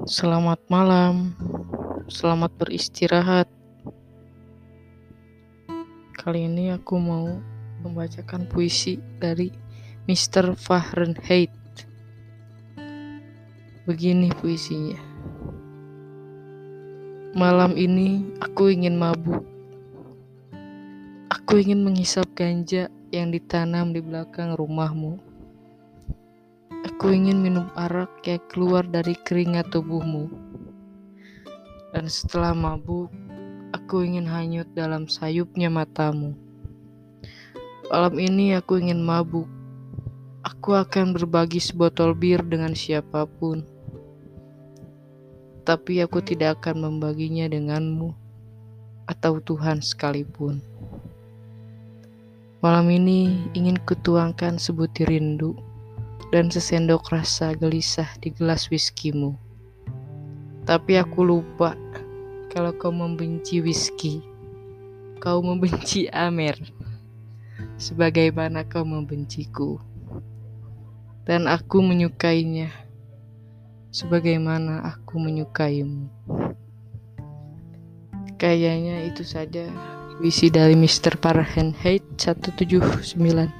Selamat malam, selamat beristirahat. Kali ini aku mau membacakan puisi dari Mr. Fahrenheit. Begini puisinya. Malam ini aku ingin mabuk. Aku ingin menghisap ganja yang ditanam di belakang rumahmu. Aku ingin minum arak yang keluar dari keringat tubuhmu. Dan setelah mabuk, aku ingin hanyut dalam sayupnya matamu. Malam ini aku ingin mabuk. Aku akan berbagi sebotol bir dengan siapapun. Tapi aku tidak akan membaginya denganmu atau Tuhan sekalipun. Malam ini ingin kutuangkan sebutir rindu dan sesendok rasa gelisah di gelas whiskimu. Tapi aku lupa kalau kau membenci whisky, kau membenci Amer, sebagaimana kau membenciku. Dan aku menyukainya, sebagaimana aku menyukaimu. Kayaknya itu saja puisi dari Mr. Fahrenheit 179.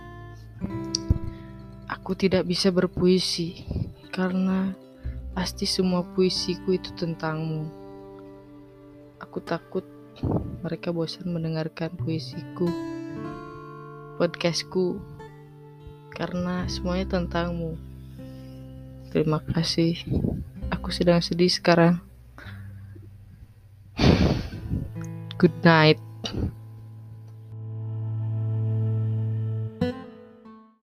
Aku tidak bisa berpuisi karena pasti semua puisiku itu tentangmu. Aku takut mereka bosan mendengarkan puisiku, podcastku, karena semuanya tentangmu. Terima kasih. Aku sedang sedih sekarang. Good night.